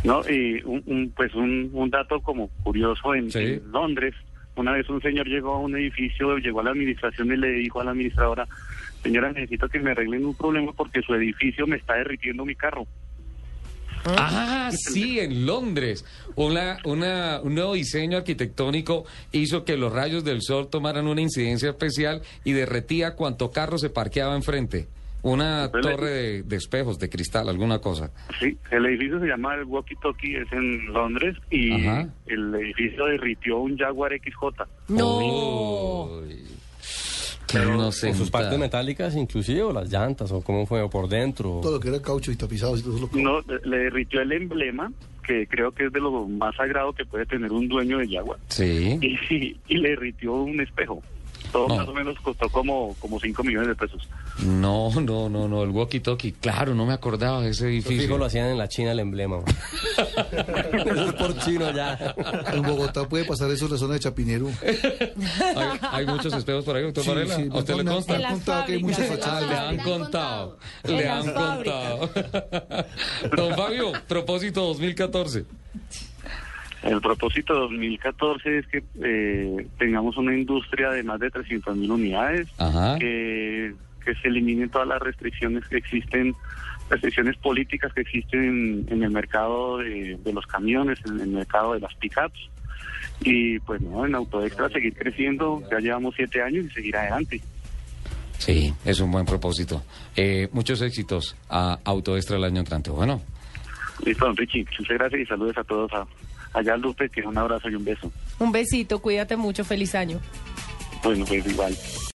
¿no? Y un dato como curioso Sí. en Londres, una vez un señor llegó a un edificio, llegó a la administración y le dijo a la administradora: señora, necesito que me arreglen un problema porque su edificio me está derritiendo mi carro. Ah, sí, en Londres. Un nuevo diseño arquitectónico hizo que los rayos del sol tomaran una incidencia especial y derretía cuanto carro se parqueaba enfrente. Una torre de espejos, de cristal, alguna cosa. Sí, el edificio se llama el Walkie Talkie, es en Londres, y Ajá. el edificio derritió un Jaguar XJ. No. Uy, qué ¿Con inocente. sus partes metálicas inclusive, o las llantas, o cómo fue, o por dentro? Todo lo que era caucho y tapizado, y todo eso No, le derritió el emblema, que creo que es de lo más sagrado que puede tener un dueño de Jaguar. Sí. Y le derritió un espejo. Todo No. más o menos costó como 5 millones de pesos. No, el walkie-talkie. Claro, no me acordaba de ese Los edificio. hijos lo hacían en la China el emblema. Eso es por chino ya. En Bogotá puede pasar eso en la zona de Chapinero. Hay muchos espejos por ahí, doctor Sí, Varela. sí, ¿A usted le me han consta? contado que hay muchas fachadas. Le han contado. En Le las han contado. Don Fabio, propósito 2014. El propósito 2014 es que tengamos una industria de más de 300.000 unidades, Ajá. que se eliminen todas las restricciones que existen, restricciones políticas que existen en el mercado de los camiones, en el mercado de las pickups. Y pues no, en Autoextra seguir creciendo, ya llevamos 7 años y seguir adelante. Sí, es un buen propósito. Muchos éxitos a Autoextra el año entrante. Bueno. Listo, don Richie, muchas gracias y saludos a todos allá, Lupe, que un abrazo y un beso. Un besito, cuídate mucho, feliz año. Bueno, pues igual.